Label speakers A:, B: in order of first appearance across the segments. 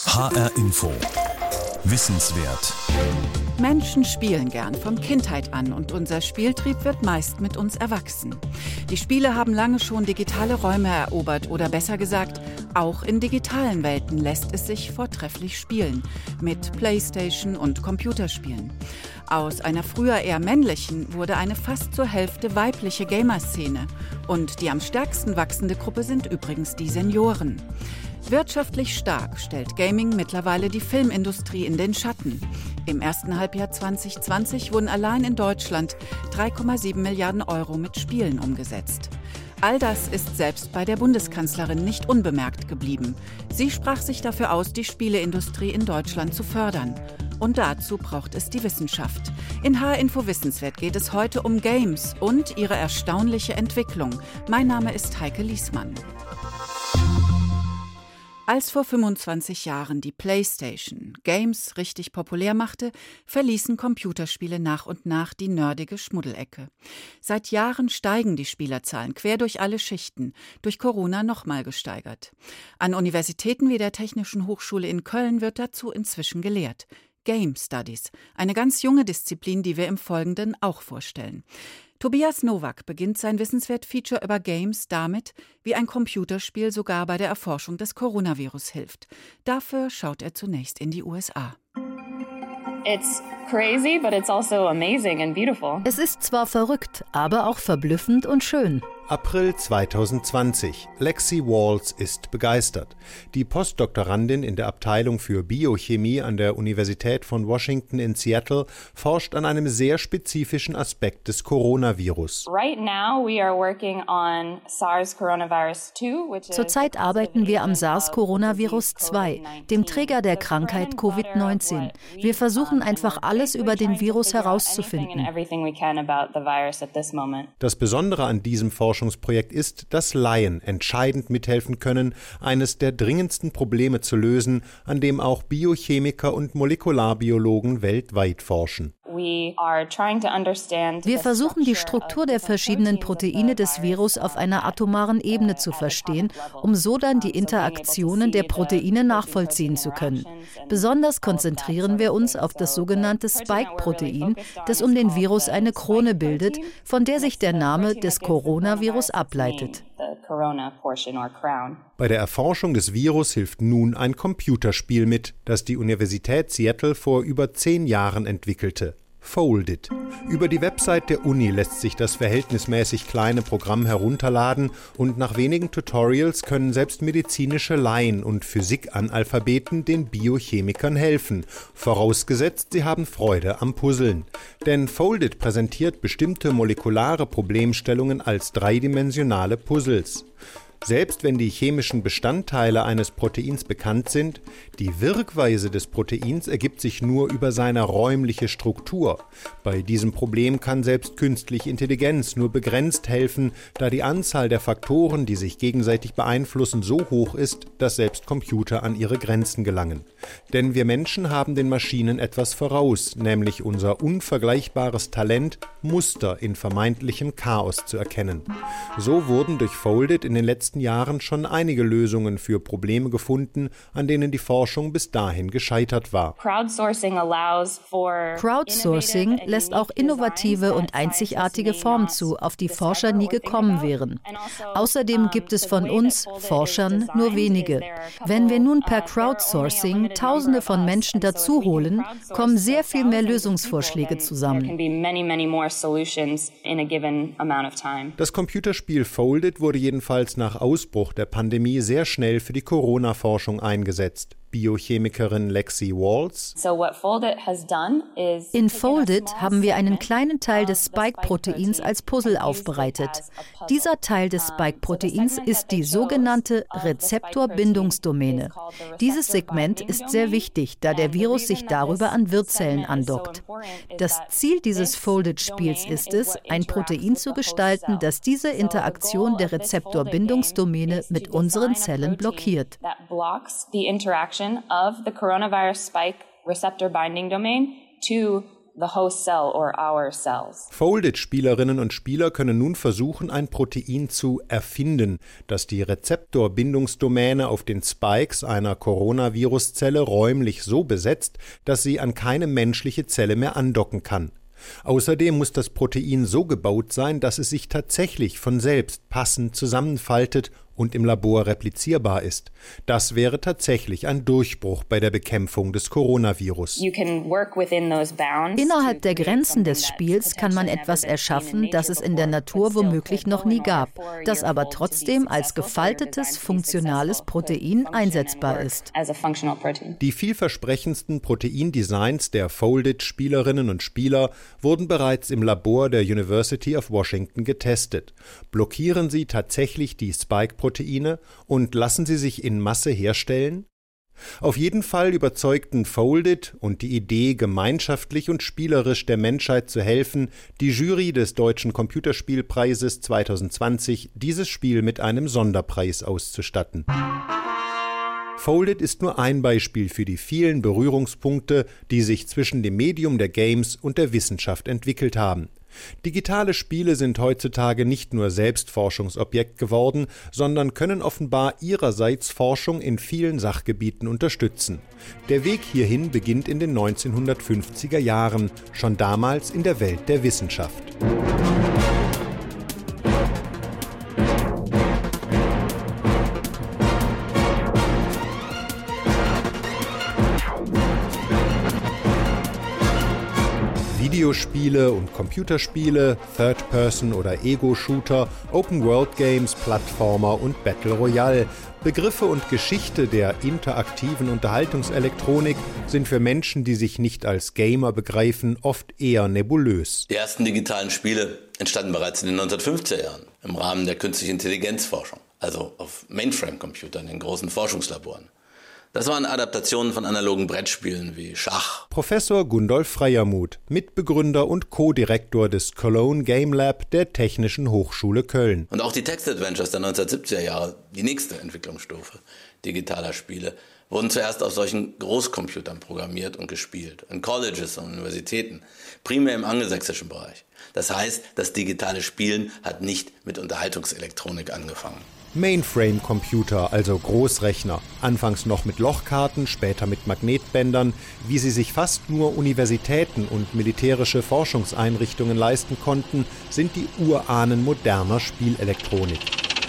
A: HR Info. Wissenswert.
B: Menschen spielen gern von Kindheit an und unser Spieltrieb wird meist mit uns erwachsen. Die Spiele haben lange schon digitale Räume erobert oder besser gesagt, auch in digitalen Welten lässt es sich vortrefflich spielen, mit Playstation und Computerspielen. Aus einer früher eher männlichen wurde eine fast zur Hälfte weibliche Gamerszene und die am stärksten wachsende Gruppe sind übrigens die Senioren. Wirtschaftlich stark stellt Gaming mittlerweile die Filmindustrie in den Schatten. Im ersten Halbjahr 2020 wurden allein in Deutschland 3,7 Milliarden Euro mit Spielen umgesetzt. All das ist selbst bei der Bundeskanzlerin nicht unbemerkt geblieben. Sie sprach sich dafür aus, die Spieleindustrie in Deutschland zu fördern. Und dazu braucht es die Wissenschaft. In HR-Info Wissenswert geht es heute um Games und ihre erstaunliche Entwicklung. Mein Name ist Heike Liesmann. Als vor 25 Jahren die Playstation Games richtig populär machte, verließen Computerspiele nach und nach die nerdige Schmuddelecke. Seit Jahren steigen die Spielerzahlen quer durch alle Schichten, durch Corona nochmal gesteigert. An Universitäten wie der Technischen Hochschule in Köln wird dazu inzwischen gelehrt. Game Studies, eine ganz junge Disziplin, die wir im Folgenden auch vorstellen. Tobias Nowak beginnt sein Wissenswert-Feature über Games damit, wie ein Computerspiel sogar bei der Erforschung des Coronavirus hilft. Dafür schaut er zunächst in die USA.
C: It's crazy, but it's also amazing and beautiful.
D: Es ist zwar verrückt, aber auch verblüffend und schön.
E: April 2020. Lexi Walls ist begeistert. Die Postdoktorandin in der Abteilung für Biochemie an der Universität von Washington in Seattle forscht an einem sehr spezifischen Aspekt des Coronavirus.
D: Zurzeit arbeiten wir am SARS-Coronavirus-2, dem Träger der Krankheit Covid-19. Wir versuchen einfach alles über den Virus herauszufinden.
E: Das Besondere an diesem Forschungsprojekt ist, dass Laien entscheidend mithelfen können, eines der dringendsten Probleme zu lösen, an dem auch Biochemiker und Molekularbiologen weltweit forschen.
D: Wir versuchen, die Struktur der verschiedenen Proteine des Virus auf einer atomaren Ebene zu verstehen, um so dann die Interaktionen der Proteine nachvollziehen zu können. Besonders konzentrieren wir uns auf das sogenannte Spike-Protein, das um den Virus eine Krone bildet, von der sich der Name des Coronavirus ableitet.
E: Bei der Erforschung des Virus hilft nun ein Computerspiel mit, das die Universität Seattle vor über 10 Jahren entwickelte. Foldit. Über die Website der Uni lässt sich das verhältnismäßig kleine Programm herunterladen und nach wenigen Tutorials können selbst medizinische Laien und Physikanalphabeten den Biochemikern helfen, vorausgesetzt, sie haben Freude am Puzzeln. Denn Foldit präsentiert bestimmte molekulare Problemstellungen als dreidimensionale Puzzles. Selbst wenn die chemischen Bestandteile eines Proteins bekannt sind, die Wirkweise des Proteins ergibt sich nur über seine räumliche Struktur. Bei diesem Problem kann selbst künstliche Intelligenz nur begrenzt helfen, da die Anzahl der Faktoren, die sich gegenseitig beeinflussen, so hoch ist, dass selbst Computer an ihre Grenzen gelangen. Denn wir Menschen haben den Maschinen etwas voraus, nämlich unser unvergleichbares Talent, Muster in vermeintlichem Chaos zu erkennen. So wurden durch Foldit in den letzten Jahren schon einige Lösungen für Probleme gefunden, an denen die Forschung bis dahin gescheitert war.
D: Crowdsourcing lässt auch innovative und einzigartige Formen zu, auf die Forscher nie gekommen wären. Außerdem gibt es von uns, Forschern, nur wenige. Wenn wir nun per Crowdsourcing Tausende von Menschen dazu holen, kommen sehr viel mehr Lösungsvorschläge zusammen.
E: Das Computerspiel Foldit wurde jedenfalls nach Ausbruch der Pandemie sehr schnell für die Corona-Forschung eingesetzt. Biochemikerin Lexi Walls.
D: In Foldit haben wir einen kleinen Teil des Spike-Proteins als Puzzle aufbereitet. Dieser Teil des Spike-Proteins ist die sogenannte Rezeptorbindungsdomäne. Dieses Segment ist sehr wichtig, da der Virus sich darüber an Wirtszellen andockt. Das Ziel dieses Foldit-Spiels ist es, ein Protein zu gestalten, das diese Interaktion der Rezeptorbindungsdomäne mit unseren Zellen blockiert.
C: Of the coronavirus spike receptor binding domain to the host cell or our cells.
E: Foldit-Spielerinnen und Spieler können nun versuchen, ein Protein zu erfinden, das die Rezeptorbindungsdomäne auf den Spikes einer Coronavirus-Zelle räumlich so besetzt, dass sie an keine menschliche Zelle mehr andocken kann. Außerdem muss das Protein so gebaut sein, dass es sich tatsächlich von selbst passend zusammenfaltet und im Labor replizierbar ist. Das wäre tatsächlich ein Durchbruch bei der Bekämpfung des Coronavirus.
D: Innerhalb der Grenzen des Spiels kann man etwas erschaffen, das es in der Natur womöglich noch nie gab, das aber trotzdem als gefaltetes, funktionales Protein einsetzbar ist.
E: Die vielversprechendsten Proteindesigns der Foldit-Spielerinnen und Spieler wurden bereits im Labor der University of Washington getestet. Blockieren sie tatsächlich die Spike-Proteine und lassen sie sich in Masse herstellen? Auf jeden Fall überzeugten Foldit und die Idee, gemeinschaftlich und spielerisch der Menschheit zu helfen, die Jury des Deutschen Computerspielpreises 2020, dieses Spiel mit einem Sonderpreis auszustatten. Foldit ist nur ein Beispiel für die vielen Berührungspunkte, die sich zwischen dem Medium der Games und der Wissenschaft entwickelt haben. Digitale Spiele sind heutzutage nicht nur Selbstforschungsobjekt geworden, sondern können offenbar ihrerseits Forschung in vielen Sachgebieten unterstützen. Der Weg hierhin beginnt in den 1950er Jahren, schon damals in der Welt der Wissenschaft. Videospiele und Computerspiele, Third-Person- oder Ego-Shooter, Open-World-Games, Plattformer und Battle Royale. Begriffe und Geschichte der interaktiven Unterhaltungselektronik sind für Menschen, die sich nicht als Gamer begreifen, oft eher nebulös.
F: Die ersten digitalen Spiele entstanden bereits in den 1950er Jahren im Rahmen der künstlichen Intelligenzforschung, also auf Mainframe-Computern in großen Forschungslaboren. Das waren Adaptationen von analogen Brettspielen wie Schach.
E: Professor Gundolf Freiermuth, Mitbegründer und Co-Direktor des Cologne Game Lab der Technischen Hochschule Köln.
F: Und auch die Text-Adventures der 1970er Jahre, die nächste Entwicklungsstufe digitaler Spiele, wurden zuerst auf solchen Großcomputern programmiert und gespielt. In Colleges und Universitäten, primär im angelsächsischen Bereich. Das heißt, das digitale Spielen hat nicht mit Unterhaltungselektronik angefangen.
E: Mainframe-Computer, also Großrechner, anfangs noch mit Lochkarten, später mit Magnetbändern, wie sie sich fast nur Universitäten und militärische Forschungseinrichtungen leisten konnten, sind die Urahnen moderner Spielelektronik.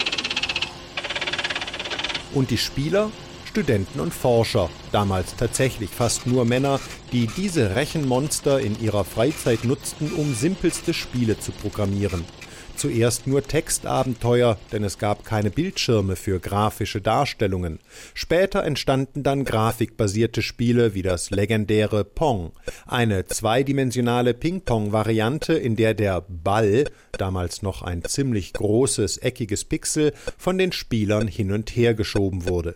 E: Und die Spieler? Studenten und Forscher, damals tatsächlich fast nur Männer, die diese Rechenmonster in ihrer Freizeit nutzten, um simpelste Spiele zu programmieren. Zuerst nur Textabenteuer, denn es gab keine Bildschirme für grafische Darstellungen. Später entstanden dann grafikbasierte Spiele wie das legendäre Pong, eine zweidimensionale Ping-Pong-Variante, in der der Ball, damals noch ein ziemlich großes, eckiges Pixel, von den Spielern hin und her geschoben wurde.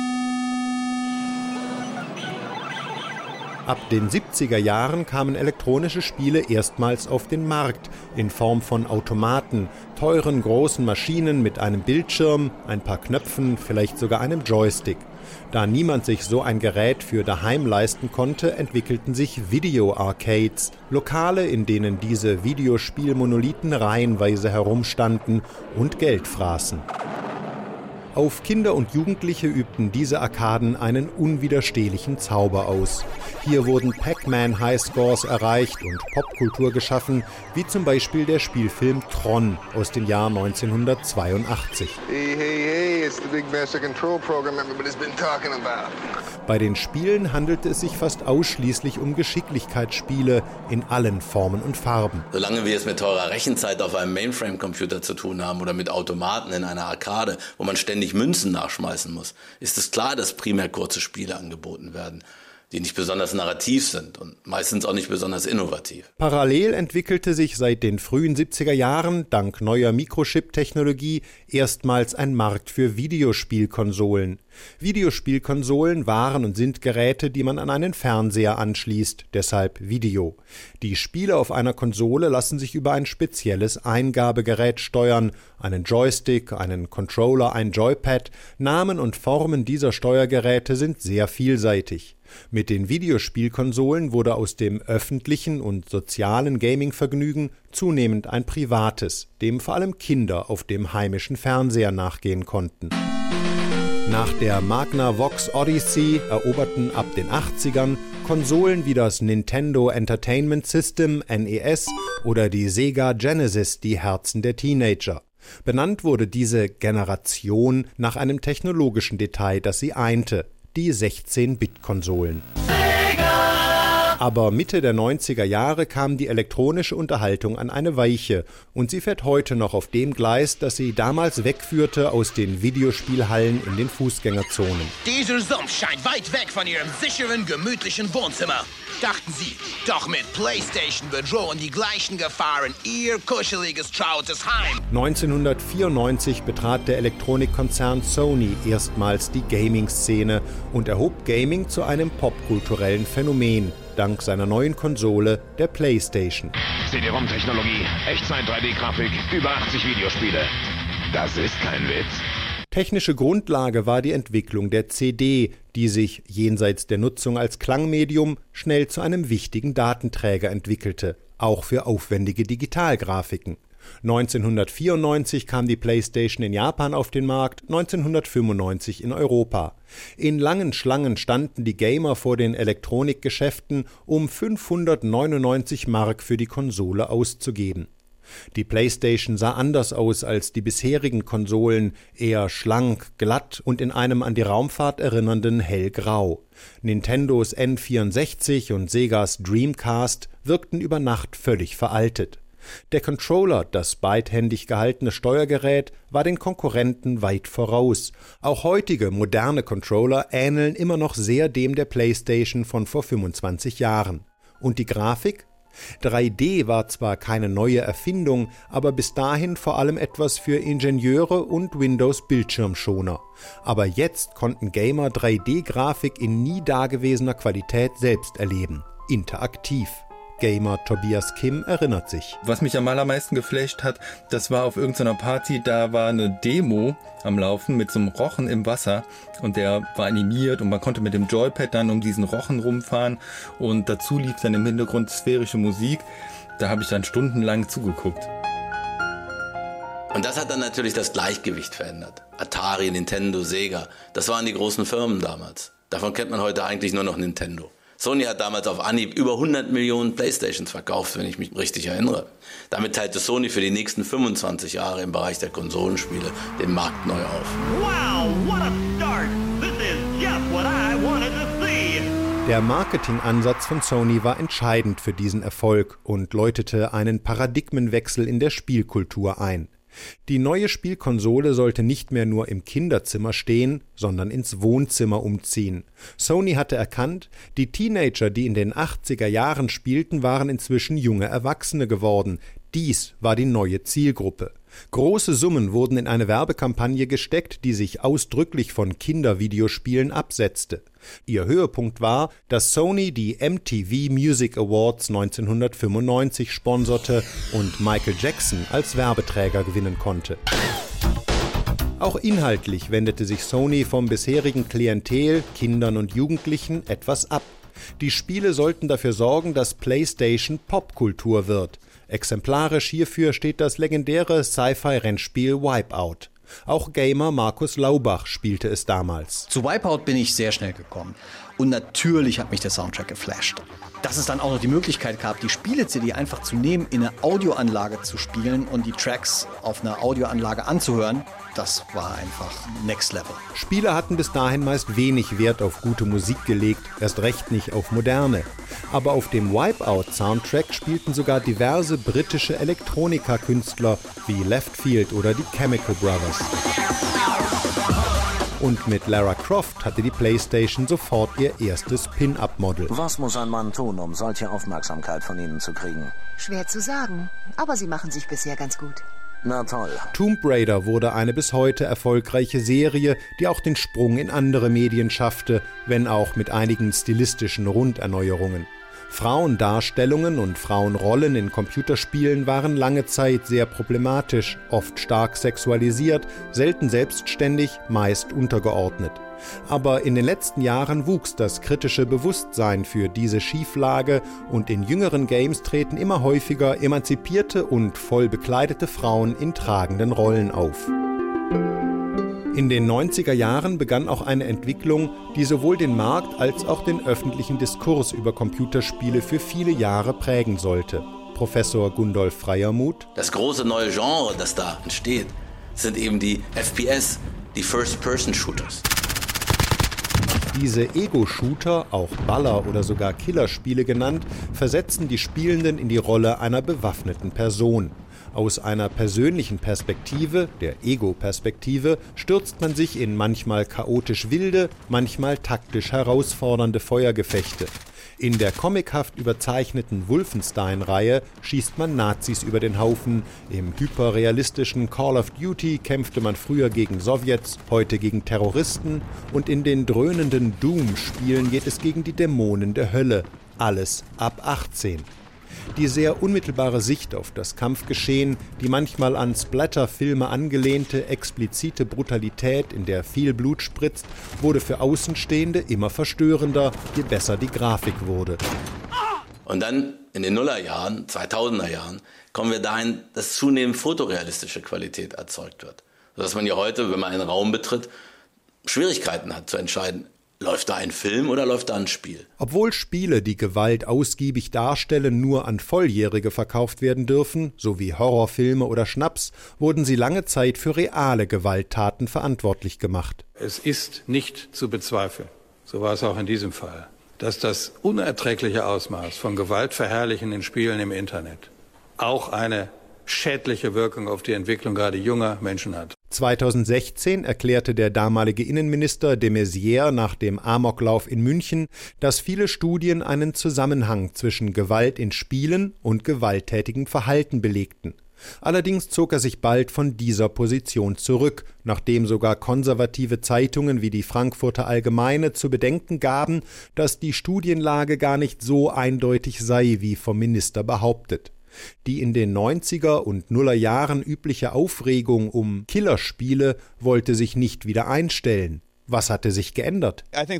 E: Ab den 70er Jahren kamen elektronische Spiele erstmals auf den Markt in Form von Automaten, teuren großen Maschinen mit einem Bildschirm, ein paar Knöpfen, vielleicht sogar einem Joystick. Da niemand sich so ein Gerät für daheim leisten konnte, entwickelten sich Video-Arcades, Lokale, in denen diese Videospielmonolithen reihenweise herumstanden und Geld fraßen. Auf Kinder und Jugendliche übten diese Arkaden einen unwiderstehlichen Zauber aus. Hier wurden Pac-Man-Highscores erreicht und Popkultur geschaffen, wie zum Beispiel der Spielfilm Tron aus dem Jahr 1982.
G: Hey, it's the big master control program everybody's been talking about.
E: Bei den Spielen handelte es sich fast ausschließlich um Geschicklichkeitsspiele in allen Formen und Farben.
F: Solange wir es mit teurer Rechenzeit auf einem Mainframe-Computer zu tun haben oder mit Automaten in einer Arkade, wo man ständig Münzen nachschmeißen muss, ist es klar, dass primär kurze Spiele angeboten werden, die nicht besonders narrativ sind und meistens auch nicht besonders innovativ.
E: Parallel entwickelte sich seit den frühen 70er Jahren, dank neuer Mikrochip-Technologie, erstmals ein Markt für Videospielkonsolen. Videospielkonsolen waren und sind Geräte, die man an einen Fernseher anschließt, deshalb Video. Die Spiele auf einer Konsole lassen sich über ein spezielles Eingabegerät steuern, einen Joystick, einen Controller, ein Joypad. Namen und Formen dieser Steuergeräte sind sehr vielseitig. Mit den Videospielkonsolen wurde aus dem öffentlichen und sozialen Gaming-Vergnügen zunehmend ein privates, dem vor allem Kinder auf dem heimischen Fernseher nachgehen konnten. Nach der Magnavox Odyssey eroberten ab den 80ern Konsolen wie das Nintendo Entertainment System (NES) oder die Sega Genesis die Herzen der Teenager. Benannt wurde diese Generation nach einem technologischen Detail, das sie einte: die 16-Bit-Konsolen. Aber Mitte der 90er Jahre kam die elektronische Unterhaltung an eine Weiche und sie fährt heute noch auf dem Gleis, das sie damals wegführte aus den Videospielhallen in den Fußgängerzonen.
H: Dieser Sumpf scheint weit weg von Ihrem sicheren, gemütlichen Wohnzimmer. Dachten Sie, doch mit PlayStation bedrohen die gleichen Gefahren Ihr kuscheliges, trautes Heim.
E: 1994 betrat der Elektronikkonzern Sony erstmals die Gaming-Szene und erhob Gaming zu einem popkulturellen Phänomen, dank seiner neuen Konsole, der PlayStation.
I: CD-ROM-Technologie, Echtzeit-3D-Grafik, über 80 Videospiele. Das ist kein Witz.
E: Technische Grundlage war die Entwicklung der CD, die sich, jenseits der Nutzung als Klangmedium, schnell zu einem wichtigen Datenträger entwickelte, auch für aufwendige Digitalgrafiken. 1994 kam die PlayStation in Japan auf den Markt, 1995 in Europa. In langen Schlangen standen die Gamer vor den Elektronikgeschäften, um 599 Mark für die Konsole auszugeben. Die PlayStation sah anders aus als die bisherigen Konsolen, eher schlank, glatt und in einem an die Raumfahrt erinnernden hellgrau. Nintendos N64 und Segas Dreamcast wirkten über Nacht völlig veraltet. Der Controller, das beidhändig gehaltene Steuergerät, war den Konkurrenten weit voraus. Auch heutige moderne Controller ähneln immer noch sehr dem der PlayStation von vor 25 Jahren. Und die Grafik? 3D war zwar keine neue Erfindung, aber bis dahin vor allem etwas für Ingenieure und Windows-Bildschirmschoner. Aber jetzt konnten Gamer 3D-Grafik in nie dagewesener Qualität selbst erleben. Interaktiv. Gamer Tobias Kim erinnert sich.
J: Was mich am allermeisten geflasht hat, das war auf irgendeiner Party, da war eine Demo am Laufen mit so einem Rochen im Wasser und der war animiert und man konnte mit dem Joypad dann um diesen Rochen rumfahren und dazu lief dann im Hintergrund sphärische Musik. Da habe ich dann stundenlang zugeguckt.
F: Und das hat dann natürlich das Gleichgewicht verändert. Atari, Nintendo, Sega, das waren die großen Firmen damals. Davon kennt man heute eigentlich nur noch Nintendo. Sony hat damals auf Anhieb über 100 Millionen Playstations verkauft, wenn ich mich richtig erinnere. Damit teilte Sony für die nächsten 25 Jahre im Bereich der Konsolenspiele den Markt neu auf.
K: Wow, what a start! This is just what I wanted to see!
E: Der Marketingansatz von Sony war entscheidend für diesen Erfolg und läutete einen Paradigmenwechsel in der Spielkultur ein. Die neue Spielkonsole sollte nicht mehr nur im Kinderzimmer stehen, sondern ins Wohnzimmer umziehen. Sony hatte erkannt, die Teenager, die in den 80er Jahren spielten, waren inzwischen junge Erwachsene geworden. Dies war die neue Zielgruppe. Große Summen wurden in eine Werbekampagne gesteckt, die sich ausdrücklich von Kindervideospielen absetzte. Ihr Höhepunkt war, dass Sony die MTV Music Awards 1995 sponserte und Michael Jackson als Werbeträger gewinnen konnte. Auch inhaltlich wendete sich Sony vom bisherigen Klientel, Kindern und Jugendlichen, etwas ab. Die Spiele sollten dafür sorgen, dass PlayStation Popkultur wird. Exemplarisch hierfür steht das legendäre Sci-Fi-Rennspiel Wipeout. Auch Gamer Markus Laubach spielte es damals.
L: Zu Wipeout bin ich sehr schnell gekommen. Und natürlich hat mich der Soundtrack geflasht. Dass es dann auch noch die Möglichkeit gab, die Spiele-CD einfach zu nehmen, in eine Audioanlage zu spielen und die Tracks auf einer Audioanlage anzuhören, das war einfach Next Level.
E: Spieler hatten bis dahin meist wenig Wert auf gute Musik gelegt, erst recht nicht auf moderne. Aber auf dem Wipeout-Soundtrack spielten sogar diverse britische Elektronika-Künstler wie Leftfield oder die Chemical Brothers. Und mit Lara Croft hatte die PlayStation sofort ihr erstes Pin-Up-Model.
M: Was muss ein Mann tun, um solche Aufmerksamkeit von Ihnen zu kriegen?
N: Schwer zu sagen, aber Sie machen sich bisher ganz gut.
M: Na toll.
E: Tomb Raider wurde eine bis heute erfolgreiche Serie, die auch den Sprung in andere Medien schaffte, wenn auch mit einigen stilistischen Runderneuerungen. Frauendarstellungen und Frauenrollen in Computerspielen waren lange Zeit sehr problematisch, oft stark sexualisiert, selten selbstständig, meist untergeordnet. Aber in den letzten Jahren wuchs das kritische Bewusstsein für diese Schieflage und in jüngeren Games treten immer häufiger emanzipierte und voll bekleidete Frauen in tragenden Rollen auf. In den 90er Jahren begann auch eine Entwicklung, die sowohl den Markt als auch den öffentlichen Diskurs über Computerspiele für viele Jahre prägen sollte. Professor Gundolf Freiermuth:
F: Das große neue Genre, das da entsteht, sind eben die FPS, die First-Person-Shooters.
E: Diese Ego-Shooter, auch Baller- oder sogar Killerspiele genannt, versetzen die Spielenden in die Rolle einer bewaffneten Person. Aus einer persönlichen Perspektive, der Ego-Perspektive, stürzt man sich in manchmal chaotisch wilde, manchmal taktisch herausfordernde Feuergefechte. In der comichaft überzeichneten Wolfenstein-Reihe schießt man Nazis über den Haufen, im hyperrealistischen Call of Duty kämpfte man früher gegen Sowjets, heute gegen Terroristen und in den dröhnenden Doom-Spielen geht es gegen die Dämonen der Hölle. Alles ab 18. Die sehr unmittelbare Sicht auf das Kampfgeschehen, die manchmal an Splatter-Filme angelehnte, explizite Brutalität, in der viel Blut spritzt, wurde für Außenstehende immer verstörender, je besser die Grafik wurde.
F: Und dann in den Nullerjahren, 2000er Jahren, kommen wir dahin, dass zunehmend fotorealistische Qualität erzeugt wird. Sodass man ja heute, wenn man einen Raum betritt, Schwierigkeiten hat zu entscheiden, läuft da ein Film oder läuft da ein Spiel?
E: Obwohl Spiele, die Gewalt ausgiebig darstellen, nur an Volljährige verkauft werden dürfen, sowie Horrorfilme oder Schnaps, wurden sie lange Zeit für reale Gewalttaten verantwortlich gemacht.
O: Es ist nicht zu bezweifeln, so war es auch in diesem Fall, dass das unerträgliche Ausmaß von gewaltverherrlichenden Spielen im Internet auch eine schädliche Wirkung auf die Entwicklung gerade junger Menschen hat.
E: 2016 erklärte der damalige Innenminister de Maizière nach dem Amoklauf in München, dass viele Studien einen Zusammenhang zwischen Gewalt in Spielen und gewalttätigem Verhalten belegten. Allerdings zog er sich bald von dieser Position zurück, nachdem sogar konservative Zeitungen wie die Frankfurter Allgemeine zu bedenken gaben, dass die Studienlage gar nicht so eindeutig sei, wie vom Minister behauptet. Die in den 90er und Nullerjahren übliche Aufregung um Killerspiele wollte sich nicht wieder einstellen. Was hatte sich geändert?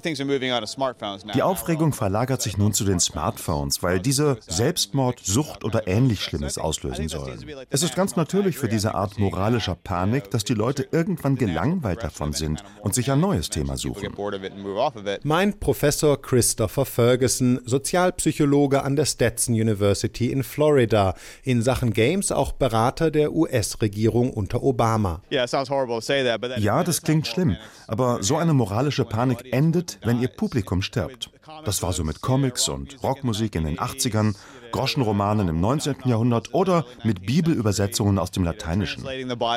P: Die Aufregung verlagert sich nun zu den Smartphones, weil diese Selbstmord, Sucht oder ähnlich Schlimmes auslösen sollen. Es ist ganz natürlich für diese Art moralischer Panik, dass die Leute irgendwann gelangweilt davon sind und sich ein neues Thema suchen.
E: Meint Professor Christopher Ferguson, Sozialpsychologe an der Stetson University in Florida, in Sachen Games auch Berater der US-Regierung unter Obama.
P: Ja, das klingt schlimm, aber so eine moralische Panik endet, wenn ihr Publikum stirbt. Das war so mit Comics und Rockmusik in den 80ern, Groschenromanen im 19. Jahrhundert oder mit Bibelübersetzungen aus dem Lateinischen.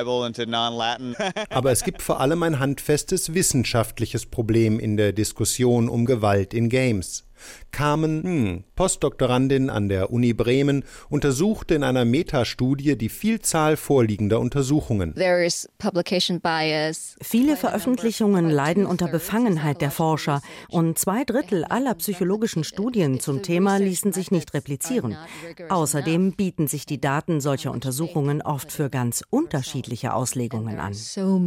E: Aber es gibt vor allem ein handfestes wissenschaftliches Problem in der Diskussion um Gewalt in Games. Carmen, Postdoktorandin an der Uni Bremen, untersuchte in einer Metastudie die Vielzahl vorliegender Untersuchungen.
Q: Viele Veröffentlichungen leiden unter Befangenheit der Forscher und 2/3 aller psychologischen Studien zum Thema ließen sich nicht replizieren. Außerdem bieten sich die Daten solcher Untersuchungen oft für ganz unterschiedliche Auslegungen an.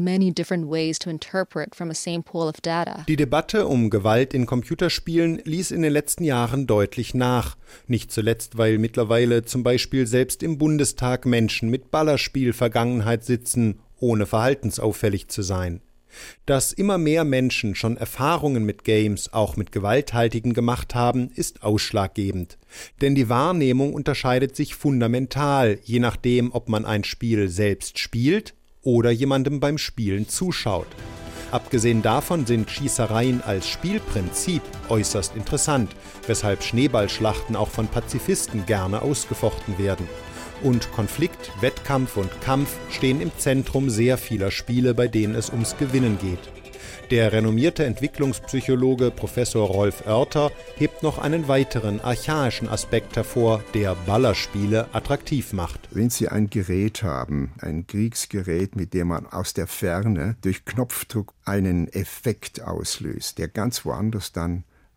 E: Die Debatte um Gewalt in Computerspielen ließ in den letzten Jahren deutlich nach. Nicht zuletzt, weil mittlerweile zum Beispiel selbst im Bundestag Menschen mit Ballerspiel-Vergangenheit sitzen, ohne verhaltensauffällig zu sein. Dass immer mehr Menschen schon Erfahrungen mit Games, auch mit gewalthaltigen, gemacht haben, ist ausschlaggebend. Denn die Wahrnehmung unterscheidet sich fundamental, je nachdem, ob man ein Spiel selbst spielt oder jemandem beim Spielen zuschaut. Abgesehen davon sind Schießereien als Spielprinzip äußerst interessant, weshalb Schneeballschlachten auch von Pazifisten gerne ausgefochten werden. Und Konflikt, Wettkampf und Kampf stehen im Zentrum sehr vieler Spiele, bei denen es ums Gewinnen geht. Der renommierte Entwicklungspsychologe Professor Rolf Oerter hebt noch einen weiteren archaischen Aspekt hervor, der Ballerspiele attraktiv macht.
R: Wenn Sie ein Gerät haben, ein Kriegsgerät, mit dem man aus der Ferne durch Knopfdruck einen Effekt auslöst, der ganz woanders dann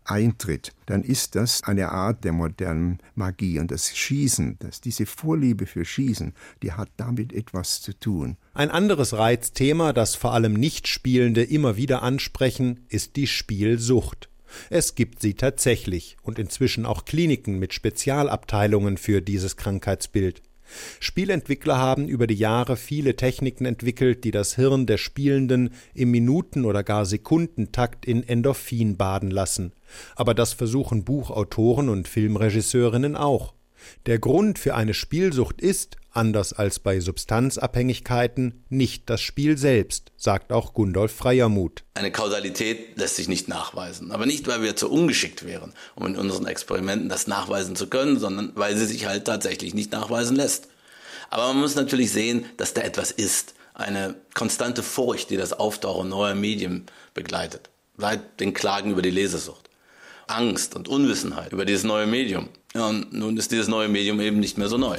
R: eintritt, dann ist das eine Art der modernen Magie. Und das Schießen, diese Vorliebe für Schießen, die hat damit etwas zu tun.
E: Ein anderes Reizthema, das vor allem Nichtspielende immer wieder ansprechen, ist die Spielsucht. Es gibt sie tatsächlich und inzwischen auch Kliniken mit Spezialabteilungen für dieses Krankheitsbild. Spielentwickler haben über die Jahre viele Techniken entwickelt, die das Hirn der Spielenden im Minuten- oder gar Sekundentakt in Endorphin baden lassen. Aber das versuchen Buchautoren und Filmregisseurinnen auch. Der Grund für eine Spielsucht ist, anders als bei Substanzabhängigkeiten, nicht das Spiel selbst, sagt auch Gundolf Freiermuth.
F: Eine Kausalität lässt sich nicht nachweisen. Aber nicht, weil wir zu ungeschickt wären, um in unseren Experimenten das nachweisen zu können, sondern weil sie sich halt tatsächlich nicht nachweisen lässt. Aber man muss natürlich sehen, dass da etwas ist. Eine konstante Furcht, die das Auftauchen neuer Medien begleitet. Seit den Klagen über die Lesesucht. Angst und Unwissenheit über dieses neue Medium. Ja, und nun ist dieses neue Medium eben nicht mehr so neu.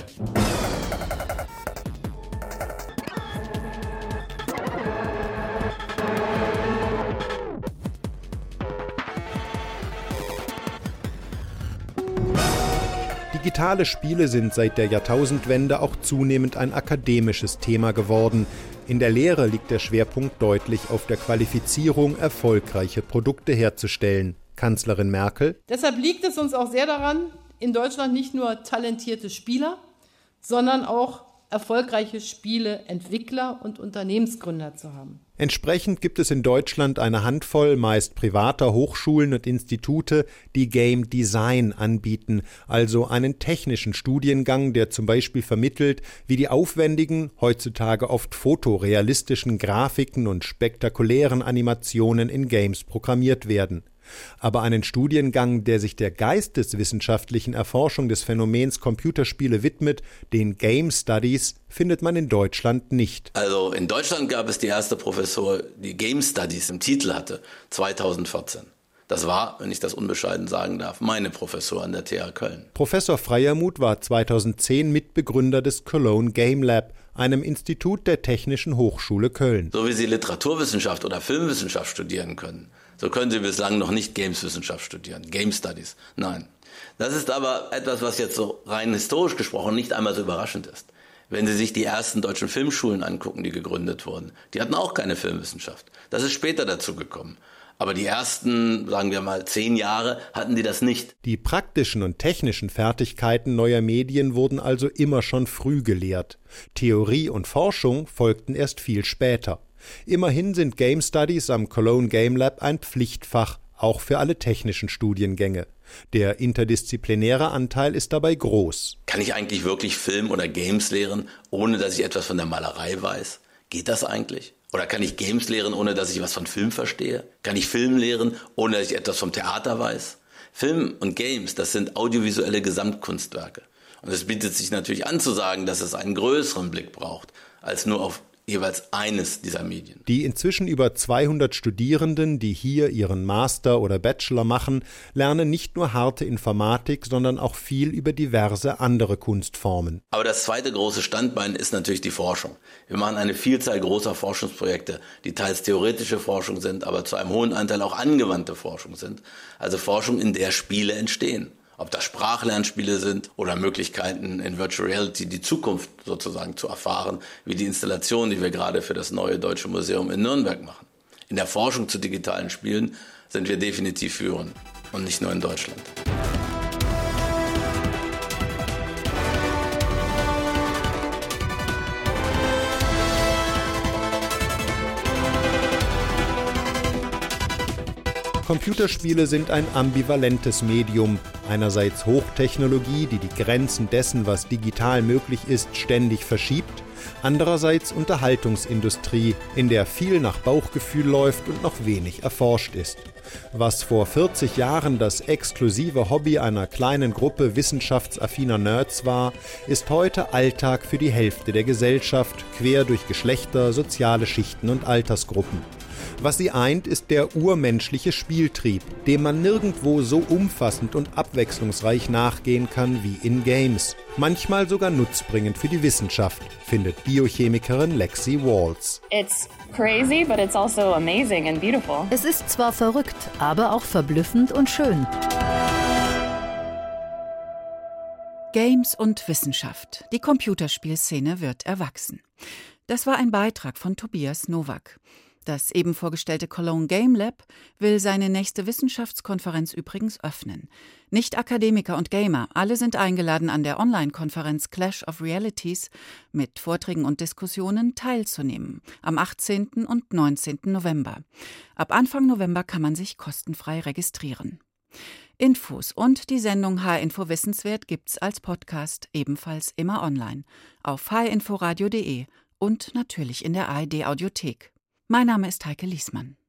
E: Digitale Spiele sind seit der Jahrtausendwende auch zunehmend ein akademisches Thema geworden. In der Lehre liegt der Schwerpunkt deutlich auf der Qualifizierung, erfolgreiche Produkte herzustellen. Kanzlerin Merkel:
S: Deshalb liegt es uns auch sehr daran, in Deutschland nicht nur talentierte Spieler, sondern auch erfolgreiche Spieleentwickler und Unternehmensgründer zu haben.
E: Entsprechend gibt es in Deutschland eine Handvoll meist privater Hochschulen und Institute, die Game Design anbieten, also einen technischen Studiengang, der zum Beispiel vermittelt, wie die aufwendigen, heutzutage oft fotorealistischen Grafiken und spektakulären Animationen in Games programmiert werden. Aber einen Studiengang, der sich der geisteswissenschaftlichen Erforschung des Phänomens Computerspiele widmet, den Game Studies, findet man in Deutschland nicht.
F: Also in Deutschland gab es die erste Professur, die Game Studies im Titel hatte, 2014. Das war, wenn ich das unbescheiden sagen darf, meine Professur an der TH Köln.
E: Professor Freiermuth war 2010 Mitbegründer des Cologne Game Lab, einem Institut der Technischen Hochschule Köln.
F: So wie Sie Literaturwissenschaft oder Filmwissenschaft studieren können, so können Sie bislang noch nicht Gameswissenschaft studieren, Game Studies. Nein. Das ist aber etwas, was jetzt so rein historisch gesprochen nicht einmal so überraschend ist. Wenn Sie sich die ersten deutschen Filmschulen angucken, die gegründet wurden, die hatten auch keine Filmwissenschaft. Das ist später dazu gekommen. Aber die ersten, sagen wir mal, 10 Jahre hatten die das nicht.
E: Die praktischen und technischen Fertigkeiten neuer Medien wurden also immer schon früh gelehrt. Theorie und Forschung folgten erst viel später. Immerhin sind Game Studies am Cologne Game Lab ein Pflichtfach, auch für alle technischen Studiengänge. Der interdisziplinäre Anteil ist dabei groß.
F: Kann ich eigentlich wirklich Film oder Games lehren, ohne dass ich etwas von der Malerei weiß? Geht das eigentlich? Oder kann ich Games lehren, ohne dass ich was von Film verstehe? Kann ich Film lehren, ohne dass ich etwas vom Theater weiß? Film und Games, das sind audiovisuelle Gesamtkunstwerke. Und es bietet sich natürlich an zu sagen, dass es einen größeren Blick braucht, als nur auf jeweils eines dieser Medien.
E: Die inzwischen über 200 Studierenden, die hier ihren Master oder Bachelor machen, lernen nicht nur harte Informatik, sondern auch viel über diverse andere Kunstformen.
F: Aber das zweite große Standbein ist natürlich die Forschung. Wir machen eine Vielzahl großer Forschungsprojekte, die teils theoretische Forschung sind, aber zu einem hohen Anteil auch angewandte Forschung sind. Also Forschung, in der Spiele entstehen. Ob das Sprachlernspiele sind oder Möglichkeiten in Virtual Reality die Zukunft sozusagen zu erfahren, wie die Installation, die wir gerade für das neue Deutsche Museum in Nürnberg machen. In der Forschung zu digitalen Spielen sind wir definitiv führend und nicht nur in Deutschland.
E: Computerspiele sind ein ambivalentes Medium. Einerseits Hochtechnologie, die die Grenzen dessen, was digital möglich ist, ständig verschiebt. Andererseits Unterhaltungsindustrie, in der viel nach Bauchgefühl läuft und noch wenig erforscht ist. Was vor 40 Jahren das exklusive Hobby einer kleinen Gruppe wissenschaftsaffiner Nerds war, ist heute Alltag für die Hälfte der Gesellschaft, quer durch Geschlechter, soziale Schichten und Altersgruppen. Was sie eint, ist der urmenschliche Spieltrieb, dem man nirgendwo so umfassend und abwechslungsreich nachgehen kann wie in Games. Manchmal sogar nutzbringend für die Wissenschaft, findet Biochemikerin Lexi Walls.
C: It's crazy, but it's also amazing and beautiful.
D: Es ist zwar verrückt, gewagt, aber auch verblüffend und schön.
B: Games und Wissenschaft. Die Computerspielszene wird erwachsen. Das war ein Beitrag von Tobias Nowak. Das eben vorgestellte Cologne Game Lab will seine nächste Wissenschaftskonferenz übrigens öffnen. Nicht Akademiker und Gamer, alle sind eingeladen, an der Online-Konferenz Clash of Realities mit Vorträgen und Diskussionen teilzunehmen, am 18. und 19. November. Ab Anfang November kann man sich kostenfrei registrieren. Infos und die Sendung H-Info Wissenswert gibt's als Podcast, ebenfalls immer online, auf hinforadio.de und natürlich in der ARD-Audiothek. Mein Name ist Heike Liesmann.